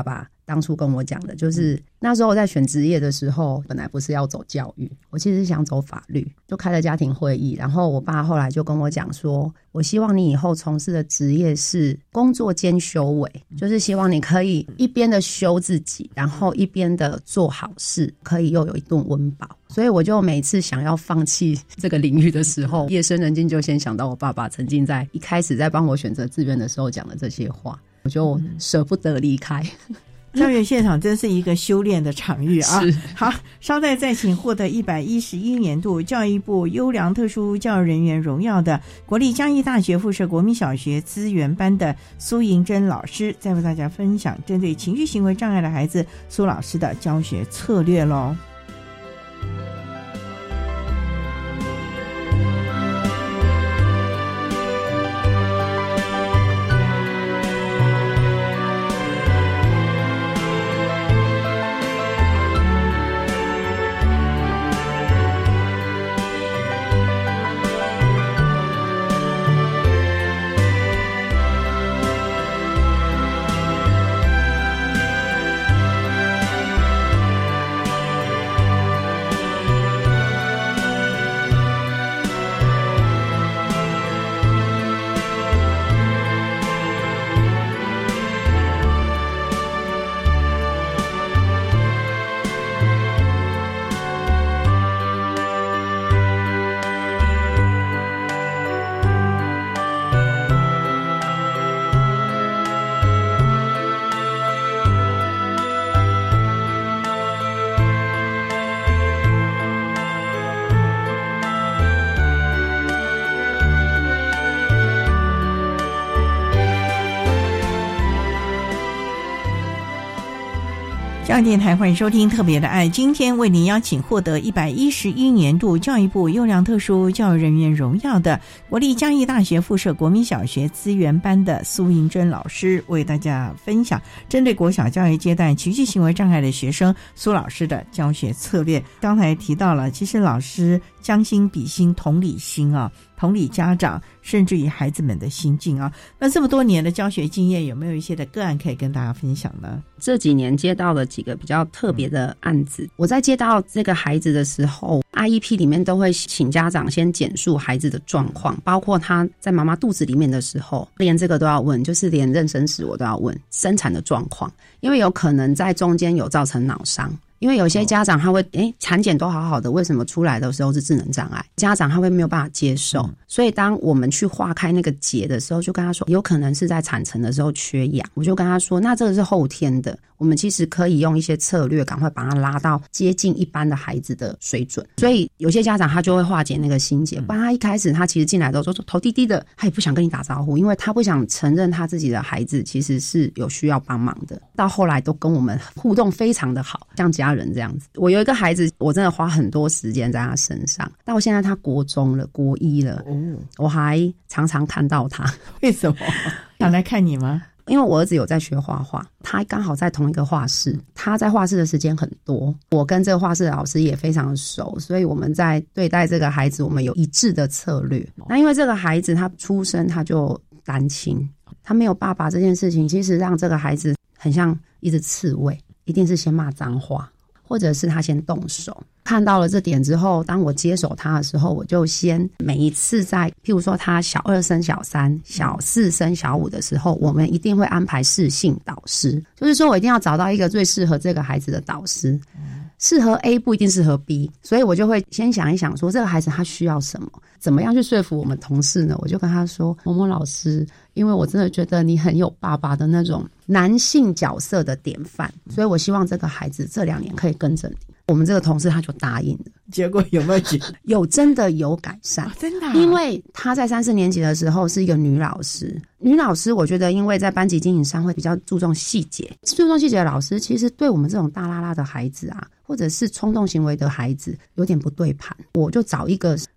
当初跟我讲的，就是那时候在选职业的时候，本来不是要走教育，我其实是想走法律，就开了家庭会议，然后我爸后来就跟我讲说，我希望你以后从事的职业是工作兼修为，就是希望你可以一边的修自己，然后一边的做好事，可以又有一顿温饱。所以我就每次想要放弃这个领域的时候，夜深人静就先想到我爸爸曾经在一开始在帮我选择志愿的时候讲的这些话，我就舍不得离开。 教育现场真是一个修炼的场域啊！好，稍待再请获得111年度教育部优良特殊教育人员荣耀的国立嘉义大学附设国民小学资源班的苏银珍老师，再为大家分享针对情绪行为障碍的孩子苏老师的教学策略咯。教育电台，欢迎收听特别的爱。今天为您邀请获得111年度教育部优良特殊教育人员荣耀的国立嘉义大学附设国民小学资源班的苏银珍老师，为大家分享针对国小教育阶段情绪行为障碍的学生苏老师的教学策略。刚才提到了，其实老师将心比心，同理心啊，同理家长甚至于孩子们的心境啊。那这么多年的教学经验，有没有一些的个案可以跟大家分享呢？ 这几年接到了几个比较特别的案子，我在接到这个孩子的时候， IEP 里面都会请家长先简述孩子的状况，包括他在妈妈肚子里面的时候，连这个都要问，就是连妊娠史我都要问，生产的状况，因为有可能在中间有造成脑伤。因为有些家长他会产检都好好的，为什么出来的时候是智能障碍？家长他会没有办法接受，所以当我们去化开那个结的时候，就跟他说有可能是在产程的时候缺氧，我就跟他说那这个是后天的，我们其实可以用一些策略赶快把它拉到接近一般的孩子的水准。所以有些家长他就会化解那个心结，不然他一开始他其实进来都说头低低的，他也不想跟你打招呼，因为他不想承认他自己的孩子其实是有需要帮忙的。到后来都跟我们互动非常的好，像家人这样子。我有一个孩子，我真的花很多时间在他身上，到现在他国中了，国一了，我还常常看到他。 为什么？想来看你吗？ 因为我儿子有在学画画，他刚好在同一个画室，他在画室的时间很多，我跟这个画室的老师也非常熟，所以我们在对待这个孩子，我们有一致的策略。那因为这个孩子他出生他就单亲，他没有爸爸这件事情，其实让这个孩子很像一只刺猬，一定是先骂脏话，或者是他先动手。看到了这点之后，当我接手他的时候，我就先每一次在譬如说他小2升小3小4升小5的时候，我们一定会安排适性导师，就是说我一定要找到一个最适合这个孩子的导师，适合 A 不一定适合 B， 所以我就会先想一想说这个孩子他需要什么，怎么样去说服我们同事呢？我就跟他说，某某老师，因为我真的觉得你很有爸爸的那种男性角色的典范，所以我希望这个孩子这2年可以跟着你。我们这个同事他就答应了， 结果有没有有真的有改善， 真的因为他在3、4年级的时候是一个女老师，女老师我觉得因为在班级经营上会比较注重细节，注重细节的老师其实对我们这种大拉拉的孩子啊，或者是冲动行为的孩子有点不对盘，我就找一个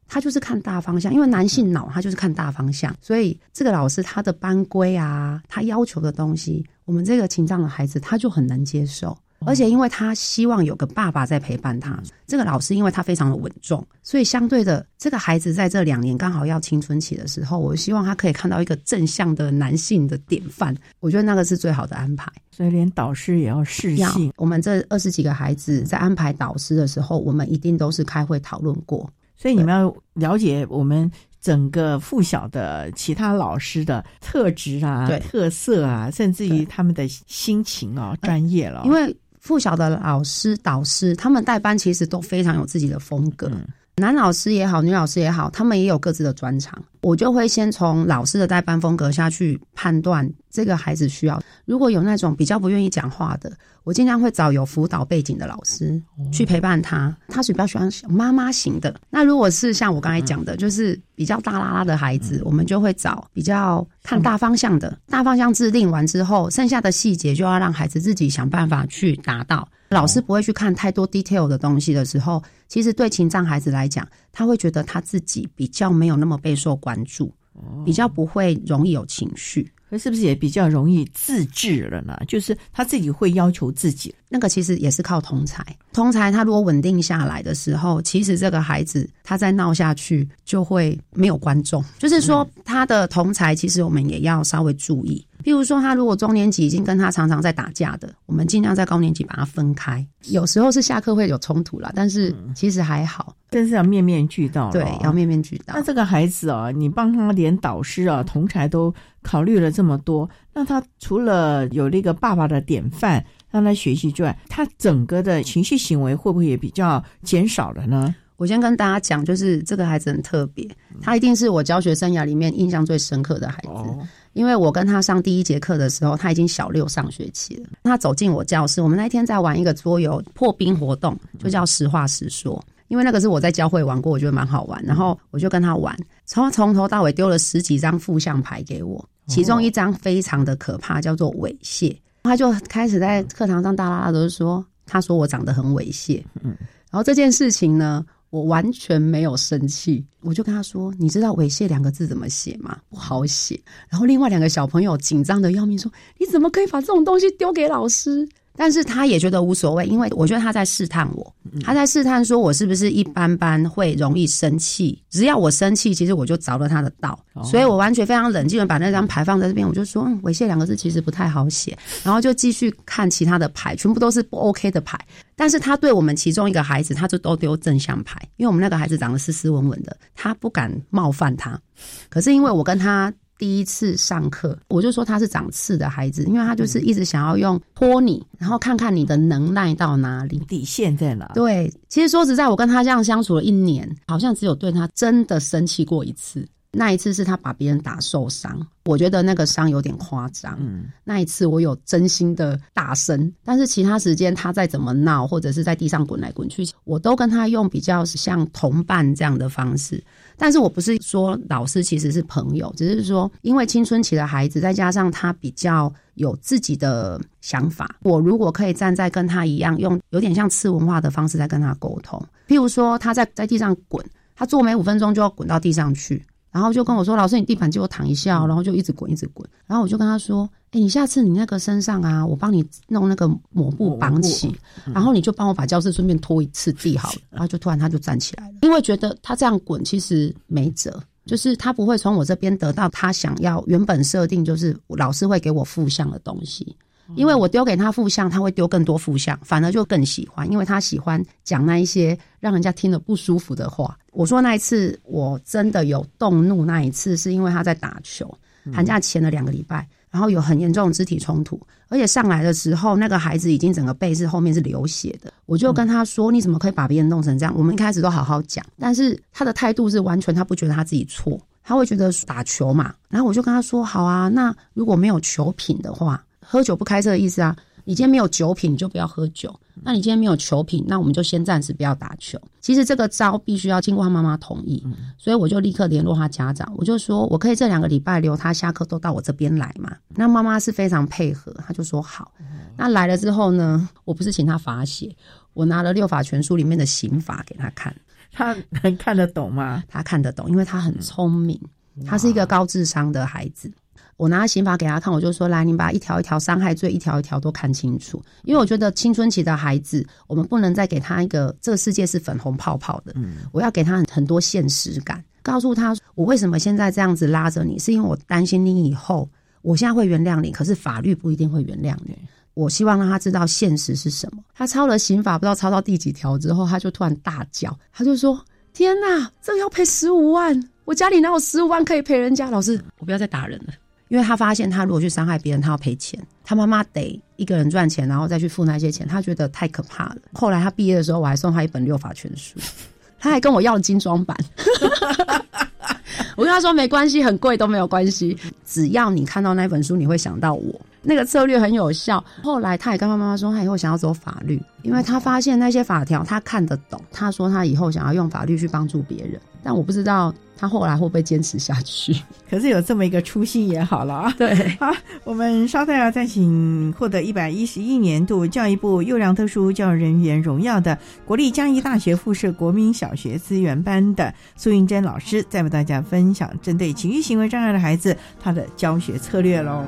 他就是看大方向，因为男性脑他就是看大方向，所以这个老师他的班规啊，他要求的东西，我们这个情障的孩子他就很能接受。而且因为他希望有个爸爸在陪伴他，这个老师因为他非常的稳重，所以相对的这个孩子在这2年刚好要青春期的时候，我希望他可以看到一个正向的男性的典范，我觉得那个是最好的安排。 所以连导师也要适性。 我们这20几个孩子在安排导师的时候，我们一定都是开会讨论过。 所以你们要了解我们整个附小的其他老师的特质啊、特色啊，甚至于他们的心情啊、专业了。 因为附小的老师、导师，他们带班其实都非常有自己的风格。男老师也好，女老师也好，他们也有各自的专长。我就会先从老师的带班风格下去判断这个孩子需要。如果有那种比较不愿意讲话的，我尽量会找有辅导背景的老师去陪伴他。他是比较喜欢妈妈型的。那如果是像我刚才讲的，就是比较大拉拉的孩子，我们就会找比较看大方向的。大方向制定完之后，剩下的细节就要让孩子自己想办法去达到。老师不会去看太多 detail 的东西的时候，其实对情障孩子来讲，他会觉得他自己比较没有那么备受关注，比较不会容易有情绪。 可是不是也比较容易自制了呢？就是他自己会要求自己。 那个其实也是靠同侪。同侪他如果稳定下来的时候，其实这个孩子他再闹下去就会没有观众。就是说他的同侪其实我们也要稍微注意。譬如说他如果中年级已经跟他常常在打架的，我们尽量在高年级把他分开。有时候是下课会有冲突啦，但是其实还好。 真是要面面俱到。 对，要面面俱到。 那这个孩子啊，你帮他连导师啊、同侪都考虑了这么多，那他除了有那个爸爸的典范让他学习之外，他整个的情绪行为会不会也比较减少了呢？ 我先跟大家讲，就是这个孩子很特别，他一定是我教学生涯里面印象最深刻的孩子。因为我跟他上第1节课的时候，他已经小6上学期了。他走进我教室，我们那天在玩一个桌游破冰活动，就叫实话实说。因为那个是我在教会玩过，我觉得蛮好玩，然后我就跟他玩，从头到尾丢了10几张负向牌给我，其中一张非常的可怕，叫做猥亵。他就开始在课堂上大拉拉的说，他说我长得很猥亵。然后这件事情呢，我完全没有生气，我就跟他说，你知道猥亵2个字怎么写吗？不好写。然后另外2个小朋友紧张的要命，说你怎么可以把这种东西丢给老师？但是他也觉得无所谓，因为我觉得他在试探我，他在试探说我是不是一般般会容易生气，只要我生气，其实我就着了他的道。所以我完全非常冷静的把那张牌放在这边，我就说猥亵2个字其实不太好写，然后就继续看其他的牌，全部都是不 OK 的牌。但是他对我们其中一个孩子，他就都丢正向牌，因为我们那个孩子长得斯斯文文的，他不敢冒犯他。可是因为我跟他第1次上课，我就说他是长刺的孩子，因为他就是一直想要用拖你，然后看看你的能耐到哪里， 底线在哪。 对，其实说实在，我跟他这样相处了1年，好像只有对他真的生气过1次。那一次是他把别人打受伤，我觉得那个伤有点夸张。那一次我有真心的大声，但是其他时间他再怎么闹，或者是在地上滚来滚去，我都跟他用比较像同伴这样的方式。但是我不是说老师其实是朋友，只是说因为青春期的孩子，再加上他比较有自己的想法，我如果可以站在跟他一样，用有点像次文化的方式在跟他沟通。譬如说他在地上滚，他坐没5分钟就要滚到地上去，然后就跟我说，老师你地板借我躺一下，然后就一直滚一直滚。然后我就跟他说，你下次你那个身上啊，我帮你弄那个抹布绑起，然后你就帮我把教室顺便拖1次地好了。然后就突然他就站起来了，因为觉得他这样滚其实没辙，就是他不会从我这边得到他想要，原本设定就是老师会给我负向的东西。因为我丢给他负向，他会丢更多负向，反而就更喜欢，因为他喜欢讲那一些让人家听了不舒服的话。我说那一次我真的有动怒，那一次是因为他在打球，寒假前的2个礼拜，然后有很严重的肢体冲突，而且上来的时候那个孩子已经整个背是后面是流血的。我就跟他说，你怎么可以把别人弄成这样？我们一开始都好好讲，但是他的态度是完全他不觉得他自己错，他会觉得打球嘛。然后我就跟他说，好啊，那如果没有球品的话，喝酒不开车的意思啊，你今天没有酒品你就不要喝酒，那你今天没有球品，那我们就先暂时不要打球。其实这个招必须要经过他妈妈同意，所以我就立刻联络他家长，我就说我可以这2个礼拜留他下课都到我这边来嘛。那妈妈是非常配合，他就说好。那来了之后呢，我不是请他罚写，我拿了6法全书里面的刑法给他看。 他能看得懂吗？ 他看得懂，因为他很聪明，他是一个高智商的孩子。我拿刑法给他看，我就说来，你把一条一条伤害罪一条一条都看清楚。因为我觉得青春期的孩子，我们不能再给他一个这个世界是粉红泡泡的，我要给他很多现实感，告诉他我为什么现在这样子拉着你，是因为我担心你以后，我现在会原谅你，可是法律不一定会原谅你。我希望让他知道现实是什么。他抄了刑法不知道抄到第几条之后，他就突然大叫，他就说天哪，这个要赔15万，我家里哪有15万可以赔人家？老师，我不要再打人了。因为他发现他如果去伤害别人，他要赔钱，他妈妈得一个人赚钱然后再去付那些钱，他觉得太可怕了。后来他毕业的时候，我还送他一本6法全书，他还跟我要了精装版我跟他说没关系，很贵都没有关系，只要你看到那本书你会想到我，那个策略很有效。后来他也跟他妈妈说他以后想要走法律，因为他发现那些法条他看得懂，他说他以后想要用法律去帮助别人，但我不知道他后来会不会坚持下去。 可是有这么一个初心也好了啊。 对， 好，我们稍待再请获得111年度教育部优良特殊教育人员荣耀的国立嘉义大学附设国民小学资源班的苏云珍老师，再为大家分享针对情绪行为障碍的孩子他的教学策略咯。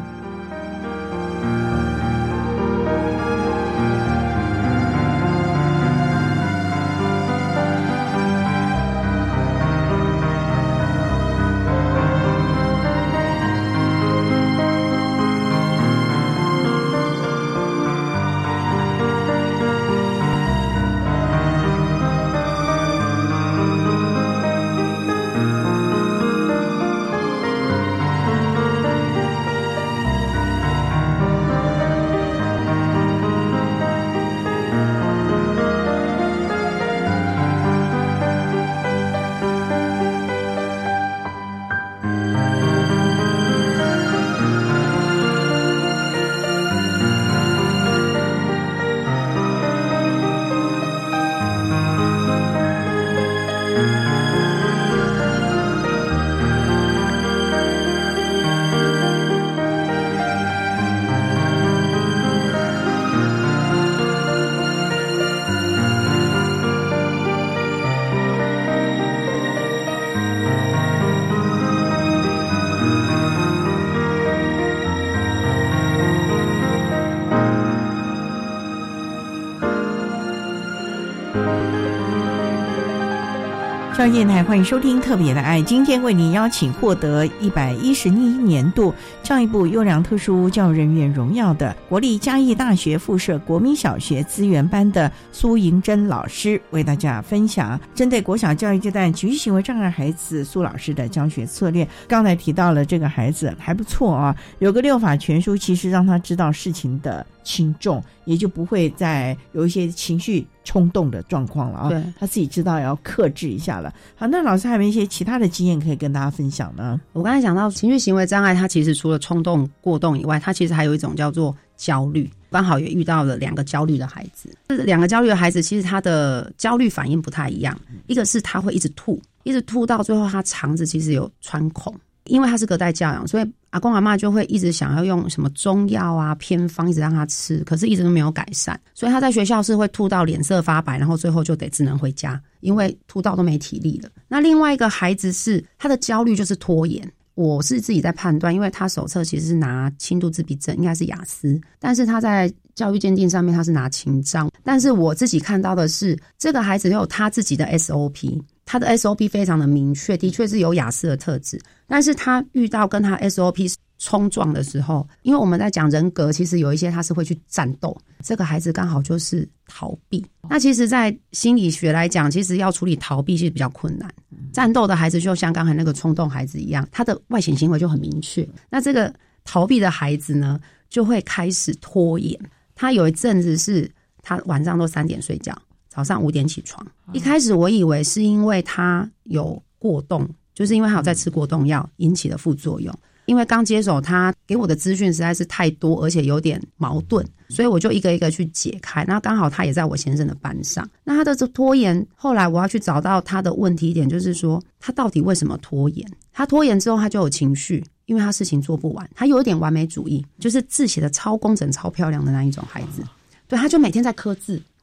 教育电台欢迎收听特别的爱，今天为您邀请获得111年度教育部优良特殊教育人员荣耀的国立嘉义大学附设国民小学资源班的苏迎珍老师，为大家分享针对国小教育阶段情绪行为障碍孩子苏老师的教学策略。刚才提到了这个孩子还不错啊，有个6法全书，其实让他知道事情的轻重，也就不会再有一些情绪冲动的状况了啊。 对， 他自己知道要克制一下了。好，那老师还有一些其他的经验可以跟大家分享呢？ 我刚才讲到情绪行为障碍，它其实除了冲动过动以外，它其实还有一种叫做焦虑。刚好也遇到了2个焦虑的孩子，这2个焦虑的孩子其实他的焦虑反应不太一样，一个是他会一直吐到最后他肠子其实有穿孔，因为他是隔代教养，所以阿公阿嬷就会一直想要用什么中药啊偏方一直让他吃，可是一直都没有改善，所以他在学校是会吐到脸色发白，然后最后就得只能回家，因为吐到都没体力了。那另外一个孩子是他的焦虑就是拖延，我是自己在判断，因为他手册其实是拿轻度自闭症，应该是雅思，但是他在教育鉴定上面他是拿情障，但是我自己看到的是这个孩子有他自己的 SOP， 他的 SOP 非常的明确，的确是有雅思的特质，但是他遇到跟他 SOP 冲撞的时候，因为我们在讲人格，其实有一些他是会去战斗，这个孩子刚好就是逃避。那其实在心理学来讲，其实要处理逃避是比较困难，战斗的孩子就像刚才那个冲动孩子一样，他的外显行为就很明确，那这个逃避的孩子呢就会开始拖延。他有一阵子是他晚上都3点睡觉，早上5点起床，一开始我以为是因为他有过动，就是因为他有在吃过动药引起的副作用，因为刚接手他给我的资讯实在是太多，而且有点矛盾，所以我就一个一个去解开，那刚好他也在我先生的班上。那他的这拖延，后来我要去找到他的问题点，就是说他到底为什么拖延。他拖延之后他就有情绪，因为他事情做不完，他有一点完美主义，就是字写的超工整超漂亮的那一种孩子，对，他就每天在刻字，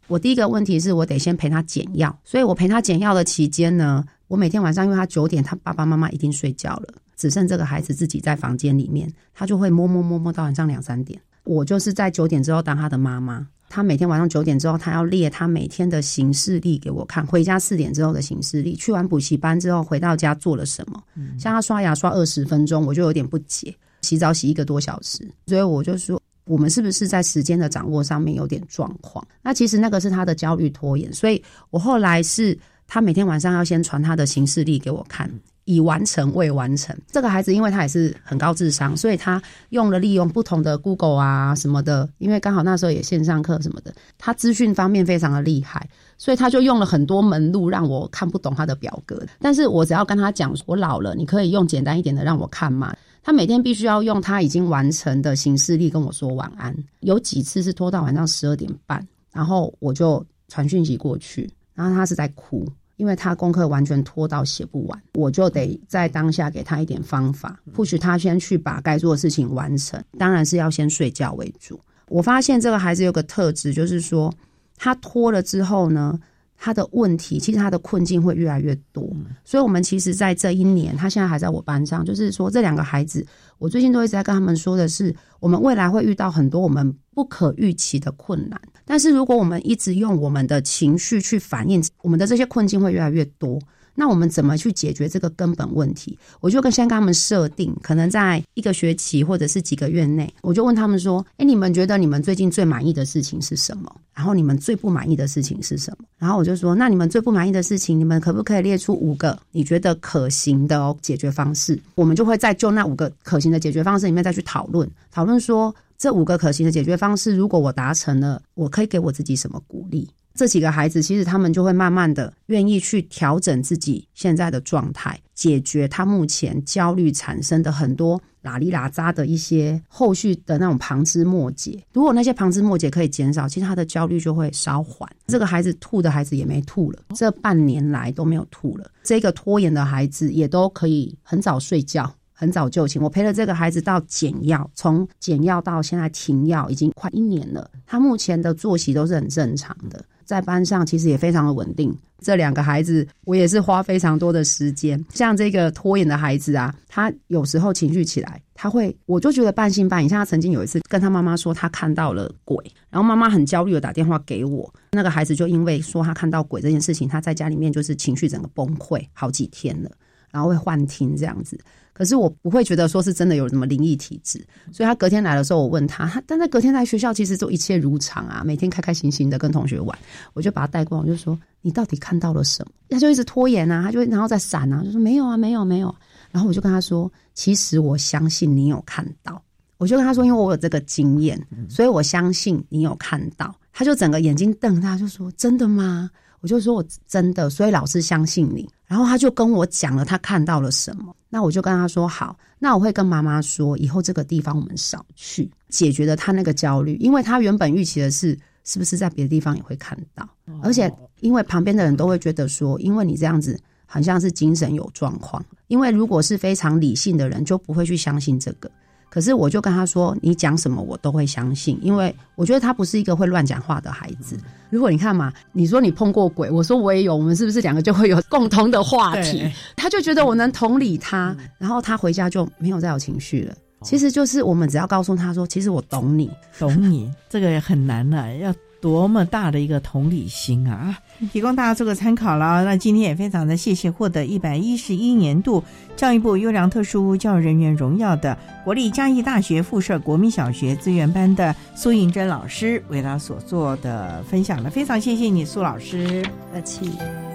我第一个问题是我得先陪他减药，所以我陪他减药的期间呢，我每天晚上因为他9点他爸爸妈妈一定睡觉了，只剩这个孩子自己在房间里面，他就会摸到晚上2、3点。我就是在9点之后当他的妈妈，他每天晚上9点之后他要列他每天的行事历给我看，回家4点之后的行事历，去完补习班之后回到家做了什么，像他刷牙刷20分钟我就有点不解，洗澡洗1个多小时，所以我就说我们是不是在时间的掌握上面有点状况。那其实那个是他的焦虑拖延，所以我后来是他每天晚上要先传他的行事历给我看，已完成未完成。这个孩子因为他也是很高智商，所以他利用不同的 Google 啊什么的，因为刚好那时候也线上课什么的，他资讯方面非常的厉害，所以他就用了很多门路让我看不懂他的表格。但是我只要跟他讲我老了，你可以用简单一点的让我看嘛。他每天必须要用他已经完成的行事历跟我说晚安，有几次是拖到晚上12点半，然后我就传讯息过去，然后他是在哭，因为他功课完全拖到写不完，我就得在当下给他一点方法，push他先去把该做的事情完成，当然是要先睡觉为主。我发现这个孩子有个特质，就是说他拖了之后呢，他的问题其实他的困境会越来越多，所以我们其实在这1年，他现在还在我班上，就是说这2个孩子我最近都一直在跟他们说的是，我们未来会遇到很多我们不可预期的困难，但是如果我们一直用我们的情绪去反映，我们的这些困境会越来越多。那我们怎么去解决这个根本问题？我就先跟他们设定，可能在1个学期或者是几个月内，我就问他们说，你们觉得你们最近最满意的事情是什么？然后你们最不满意的事情是什么？然后我就说，那你们最不满意的事情，你们可不可以列出5个你觉得可行的解决方式？我们就会再就那5个可行的解决方式里面再去讨论说，这5个可行的解决方式，如果我达成了，我可以给我自己什么鼓励？这几个孩子其实他们就会慢慢的愿意去调整自己现在的状态，解决他目前焦虑产生的很多拉里拉扎的一些后续的那种旁枝末节。如果那些旁枝末节可以减少，其实他的焦虑就会稍缓。这个孩子吐的孩子也没吐了，这半年来都没有吐了。这个拖延的孩子也都可以很早睡觉，很早就寝。我陪了这个孩子到减药，从减药到现在停药已经快1年了，他目前的作息都是很正常的，在班上其实也非常的稳定。这2个孩子我也是花非常多的时间，像这个拖延的孩子啊，他有时候情绪起来，我就觉得半信半疑。像他曾经有一次跟他妈妈说他看到了鬼，然后妈妈很焦虑的打电话给我，那个孩子就因为说他看到鬼这件事情，他在家里面就是情绪整个崩溃好几天了，然后会幻听这样子。可是我不会觉得说是真的有什么灵异体质，所以他隔天来的时候，我问他，但他隔天来学校其实都一切如常啊，每天开开心心的跟同学玩。我就把他带过来，我就说你到底看到了什么？他就一直拖延啊，他就然后再闪啊，就说没有啊，没有没有。然后我就跟他说，其实我相信你有看到。我就跟他说，因为我有这个经验，所以我相信你有看到。他就整个眼睛瞪大，就说真的吗？我就说我真的，所以老师相信你。然后他就跟我讲了他看到了什么，那我就跟他说好，那我会跟妈妈说以后这个地方我们少去，解决了他那个焦虑。因为他原本预期的是不是在别的地方也会看到，而且因为旁边的人都会觉得说，因为你这样子好像是精神有状况，因为如果是非常理性的人就不会去相信这个。可是我就跟他说，你讲什么我都会相信，因为我觉得他不是一个会乱讲话的孩子。如果你看嘛，你说你碰过鬼，我说我也有，我们是不是2个就会有共同的话题？他就觉得我能同理他，然后他回家就没有再有情绪了。其实就是我们只要告诉他说，其实我懂你， 这个很难了，要多么大的一个同理心啊！提供大家做个参考了。那今天也非常的谢谢获得111年度教育部优良特殊教育人员荣耀的国立嘉义大学附设国民小学资源班的苏银珍老师为他所做的分享了，非常谢谢你苏老师。 客气。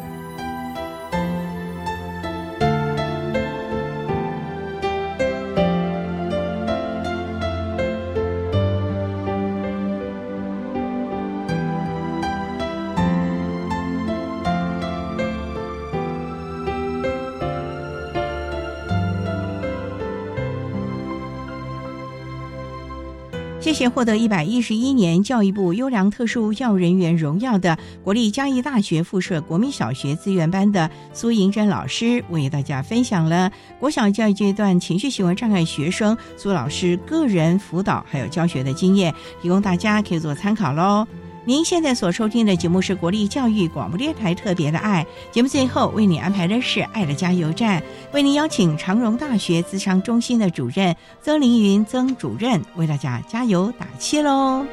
谢谢获得111年教育部优良特殊教育人员荣耀的国立嘉义大学附设国民小学资源班的苏银珍老师，为大家分享了国小教育阶段情绪行为障碍学生苏老师个人辅导还有教学的经验，提供大家可以做参考咯。 您现在所收听的节目是国立教育广播电台特别的爱节目，最后为你安排的是爱的加油站，为您邀请长荣大学咨商中心的主任曾凌云曾主任为大家加油打气咯。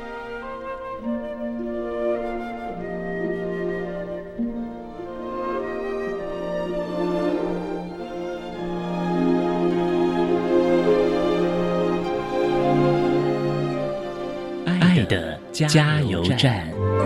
爱的加油站。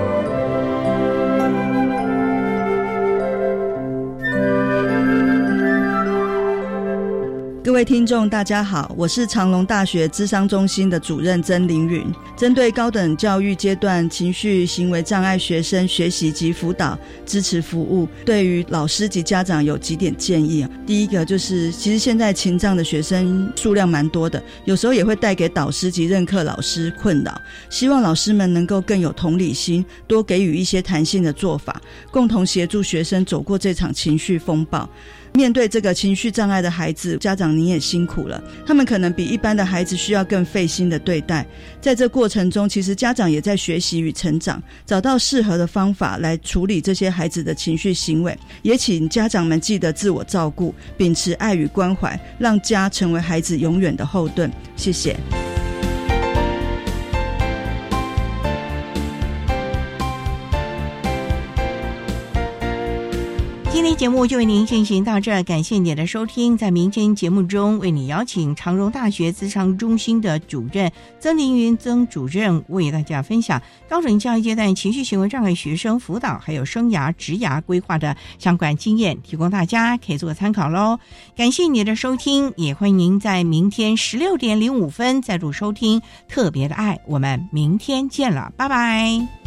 各位听众大家好，我是长荣大学諮商中心的主任曾凌云。针对高等教育阶段情绪行为障碍学生学习及辅导支持服务，对于老师及家长有几点建议。第一个就是其实现在情障的学生数量蛮多的，有时候也会带给导师及任课老师困扰，希望老师们能够更有同理心，多给予一些弹性的做法，共同协助学生走过这场情绪风暴。面对这个情绪障碍的孩子，家长你也辛苦了，他们可能比一般的孩子需要更费心的对待。在这过程中，其实家长也在学习与成长，找到适合的方法来处理这些孩子的情绪行为。也请家长们记得自我照顾，秉持爱与关怀，让家成为孩子永远的后盾。谢谢。 今天节目就为您进行到这儿，感谢您的收听。在明天节目中，为你邀请长荣大学咨商中心的主任曾凌云曾主任为大家分享高等教育阶段情绪行为障碍学生辅导还有生涯职涯规划的相关经验，提供大家可以做参考咯。感谢您的收听，也欢迎您在明天16:05再度收听特别的爱，我们明天见了，拜拜。